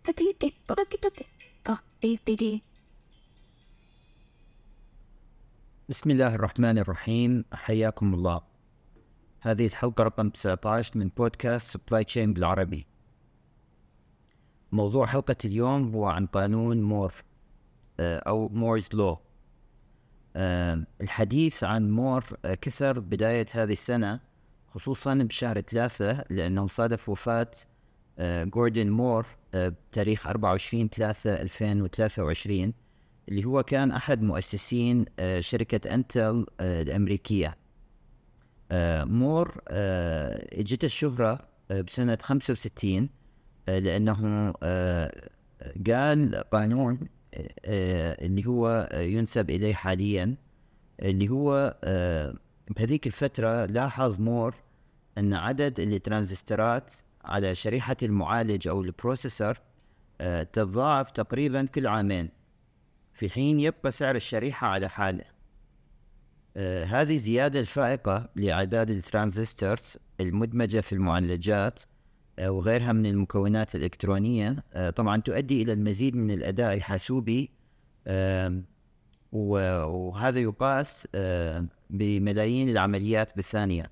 بسم الله الرحمن الرحيم، حياكم الله. هذه الحلقة رقم 19 من بودكاست Supply Chain بالعربي. موضوع حلقة اليوم هو عن قانون مور أو مورز لو. الحديث عن مور كسر بداية هذه السنة، خصوصا بشهر 3، لأنه صادف وفاة جوردن مور بتاريخ 24/3/2023، اللي هو كان أحد مؤسسين شركة أنتل الأمريكية. مور اجت الشهرة بسنة 65 لأنه قال قانون اللي هو ينسب إليه حاليا، اللي هو بهذيك الفترة لاحظ مور أن عدد الترانزستورات على شريحة المعالج أو البروسيسور تتضاعف تقريبا كل عامين، في حين يبقى سعر الشريحة على حاله. هذه زيادة الفائقة لأعداد الترانزستورز المدمجة في المعالجات وغيرها من المكونات الإلكترونية طبعا تؤدي إلى المزيد من الأداء الحاسوبي، وهذا يقاس بملايين العمليات بالثانية.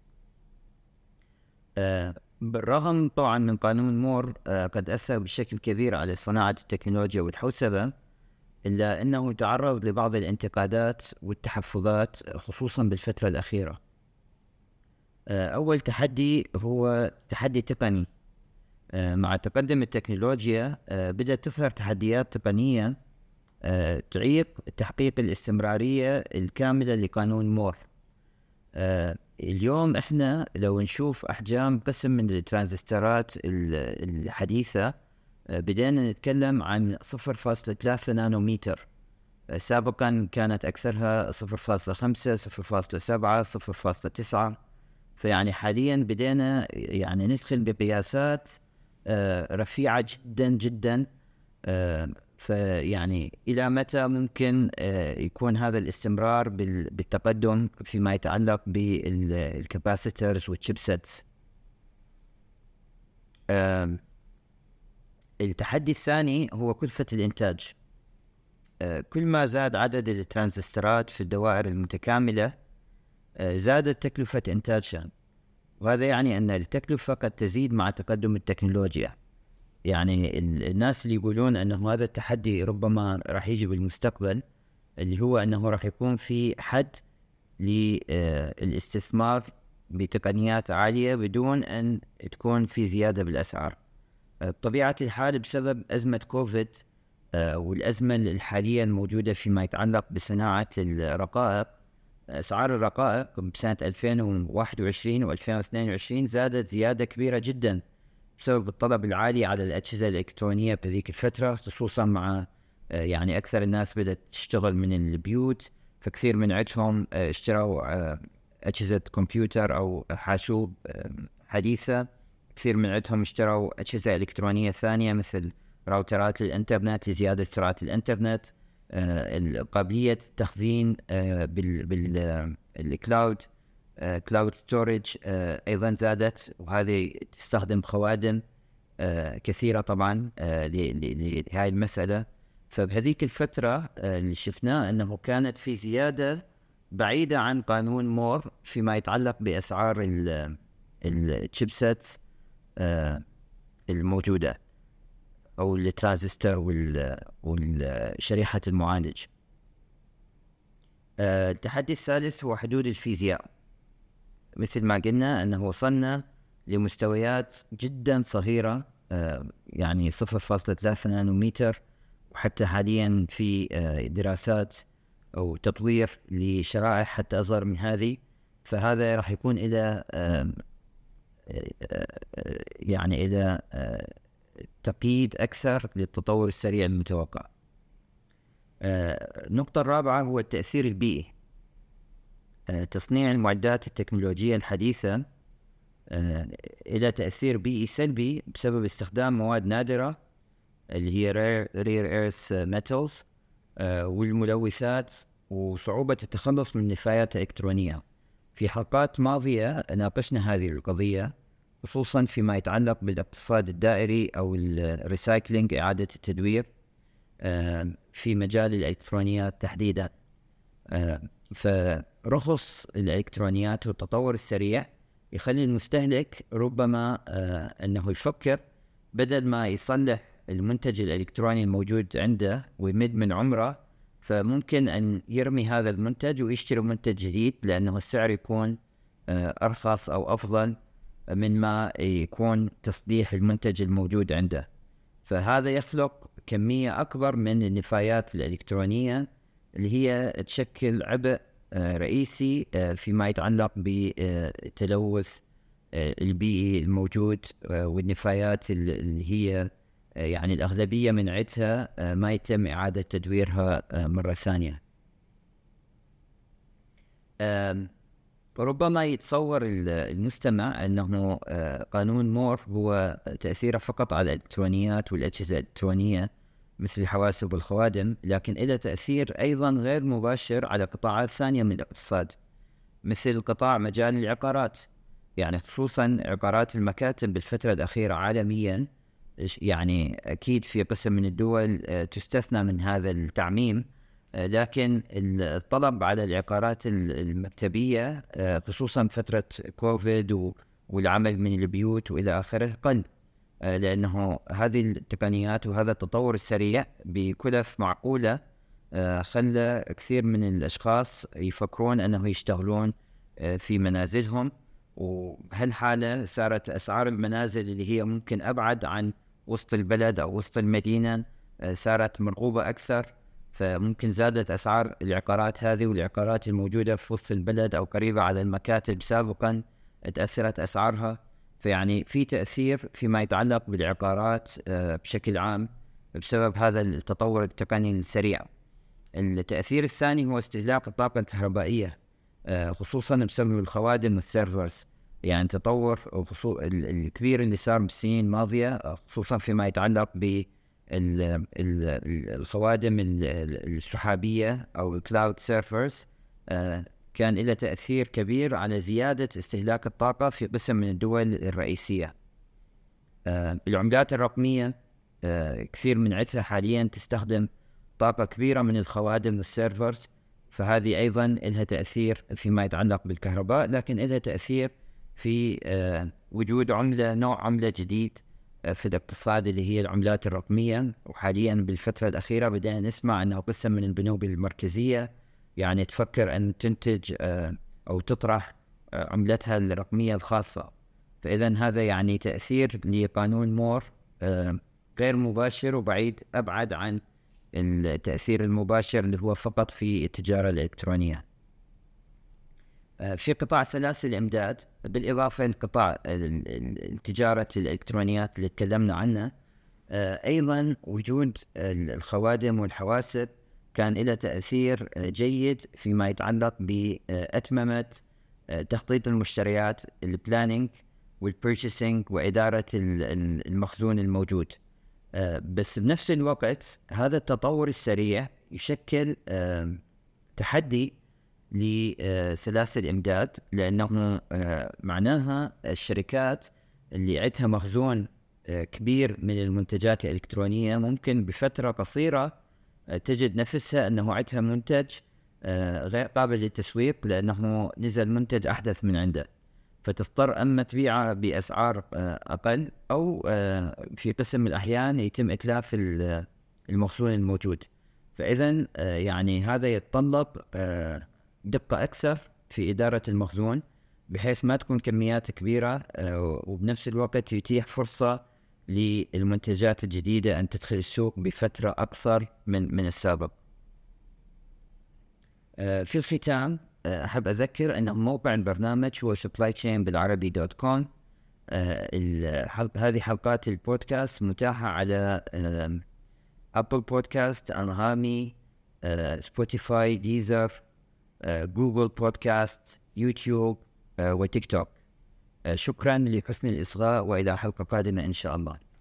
بالرغم طبعا من قانون مور قد أثر بشكل كبير على صناعة التكنولوجيا والحوسبة، إلا أنه تعرض لبعض الانتقادات والتحفظات خصوصا بالفترة الأخيرة. أول تحدي هو تحدي تقني. مع تقدم التكنولوجيا بدأت تظهر تحديات تقنية تعيق تحقيق الاستمرارية الكاملة لقانون مور. اليوم احنا لو نشوف أحجام قسم من الترانزستورات الحديثة، بدينا نتكلم عن 0.3 نانومتر. سابقا كانت أكثرها 0.5 0.7 0.9. فيعني حاليا بدينا يعني ندخل بقياسات رفيعة جدا جدا. فيعني إلى متى ممكن يكون هذا الاستمرار بالتقدم فيما يتعلق بالكاباسيترز والشيبسيتس؟ التحدي الثاني هو كلفة الإنتاج. كل ما زاد عدد الترانزستورات في الدوائر المتكاملة زادت تكلفة إنتاجها، وهذا يعني أن التكلفة قد تزيد مع تقدم التكنولوجيا. يعني الناس اللي يقولون أنه هذا التحدي ربما راح يجي بالمستقبل، اللي هو أنه راح يكون في حد للاستثمار بتقنيات عالية بدون أن تكون في زيادة بالأسعار. بطبيعة الحال بسبب أزمة كوفيد والأزمة الحالية الموجودة فيما يتعلق بصناعة الرقائق، أسعار الرقائق بسنة 2021 و2022 زادت زيادة كبيرة جدا بسبب الطلب العالي على الأجهزة الإلكترونية بذيك الفترة، خصوصا مع يعني أكثر الناس بدأت تشتغل من البيوت، فكثير من عندهم اشتروا أجهزة كمبيوتر أو حاسوب حديثة. كثير من عندهم اشتروا أجهزة إلكترونية ثانية مثل راوترات الإنترنت لزيادة سرعة الإنترنت، قابلية التخزين بالكلاود، كلاود ستورج أيضا زادت، وهذه تستخدم خوادم كثيرة طبعا لهذه المسألة. فبهذيك الفترة اللي شفناه أنه كانت في زيادة بعيدة عن قانون مور فيما يتعلق بأسعار الشيبسيتس الموجودة أو الترانزستور والشريحة المعالج. التحدي الثالث هو حدود الفيزياء. مثل ما قلنا أنه وصلنا لمستويات جدا صغيرة، يعني 0.3 نانومتر، وحتى حاليا في دراسات أو تطوير لشرائح حتى أصغر من هذه. فهذا راح يكون إلى يعني إلى تقييد أكثر للتطور السريع المتوقع. النقطة الرابعة هو التأثير البيئي. تصنيع المعدات التكنولوجية الحديثة إلى تأثير بيئي سلبي بسبب استخدام مواد نادرة اللي هي rare earth metals والملوثات، وصعوبة التخلص من النفايات الإلكترونية. في حلقات ماضية ناقشنا هذه القضية، خصوصا فيما يتعلق بالاقتصاد الدائري أو الريسايكلينج، إعادة التدوير في مجال الإلكترونيات تحديدا. فرخص الإلكترونيات والتطور السريع يخلي المستهلك ربما أنه يفكر بدل ما يصلح المنتج الإلكتروني الموجود عنده ويمد من عمره، فممكن أن يرمي هذا المنتج ويشتري منتج جديد، لأنه السعر يكون أرخص أو أفضل من ما يكون تصليح المنتج الموجود عنده. فهذا يخلق كمية أكبر من النفايات الإلكترونية اللي هي تشكل عبء رئيسي فيما يتعلق بالتلوث البيئي الموجود، والنفايات اللي هي يعني الأغلبية من عدها ما يتم إعادة تدويرها مرة ثانية. ربما يتصور المستمع أنه قانون مور هو تأثيره فقط على الإلكترونيات والأجهزة الإلكترونية مثل الحواسب والخوادم، لكن له تأثير أيضا غير مباشر على قطاعات ثانية من الاقتصاد، مثل قطاع مجال العقارات. يعني خصوصا عقارات المكاتب بالفترة الأخيرة عالميا، يعني أكيد في قسم من الدول تستثنى من هذا التعميم، لكن الطلب على العقارات المكتبية خصوصا فترة كوفيد والعمل من البيوت وإلى آخره قل، لأنه هذه التقنيات وهذا التطور السريع بكلف معقولة خلى كثير من الأشخاص يفكرون أنه يشتغلون في منازلهم. وبهالحالة صارت أسعار المنازل اللي هي ممكن أبعد عن وسط البلد أو وسط المدينة صارت مرغوبة أكثر، فممكن زادت أسعار العقارات هذه، والعقارات الموجودة في وسط البلد أو قريبة على المكاتب سابقا تأثرت أسعارها. فيعني في تأثير فيما يتعلق بالعقارات بشكل عام بسبب هذا التطور التقني السريع. التأثير الثاني هو استهلاك الطاقة الكهربائية، خصوصا بسبب الخوادم والسيرفرز. يعني تطور الكبير اللي صار بالسنين الماضية، خصوصا فيما يتعلق بالخوادم السحابية أو الكلاود سيرفرز، كان له تأثير كبير على زيادة استهلاك الطاقة في قسم من الدول الرئيسية. العملات الرقمية كثير من عدها حاليا تستخدم طاقة كبيرة من الخوادم والسيرفرز، فهذه أيضا لها تأثير فيما يتعلق بالكهرباء، لكن لها تأثير في وجود نوع عملة جديد في الاقتصاد اللي هي العملات الرقمية. وحاليا بالفترة الأخيرة بدأنا نسمع أنه قسم من البنوك المركزية يعني تفكر أن تنتج أو تطرح عملتها الرقمية الخاصة. فإذا هذا يعني تأثير لقانون مور غير مباشر وبعيد أبعد عن التأثير المباشر اللي هو فقط في التجارة الإلكترونية. في قطاع سلاسل الإمداد بالإضافة لقطاع التجارة الإلكترونيات اللي تكلمنا عنه، أيضا وجود الخوادم والحواسب كان له تأثير جيد فيما يتعلق بأتممة تخطيط المشتريات، البلانينج والبيرشيسينج وإدارة المخزون الموجود. بس بنفس الوقت هذا التطور السريع يشكل تحدي لسلاسل الإمداد، لأنه معناها الشركات اللي عندها مخزون كبير من المنتجات الإلكترونية ممكن بفترة قصيرة تجد نفسها أنه عندها منتج غير قابل للتسويق لأنه نزل منتج أحدث من عنده، فتضطر أما تبيعه بأسعار أقل أو في قسم من الأحيان يتم إتلاف المخزون الموجود. فإذا يعني هذا يتطلب دقة أكثر في إدارة المخزون بحيث ما تكون كميات كبيرة، وبنفس الوقت يتيح فرصة للمنتجات الجديدة أن تدخل السوق بفترة أقصر من السابق. في الختام أحب أذكر أن موقع البرنامج هو supplychainbilarabi.com. هذه حلقات البودكاست متاحة على أبل بودكاست، أنغامي، سبوتيفاي، ديزر، جوجل بودكاست، يوتيوب وتيك توك. شكرا لحسن الإصغاء، وإلى حلقة قادمة إن شاء الله.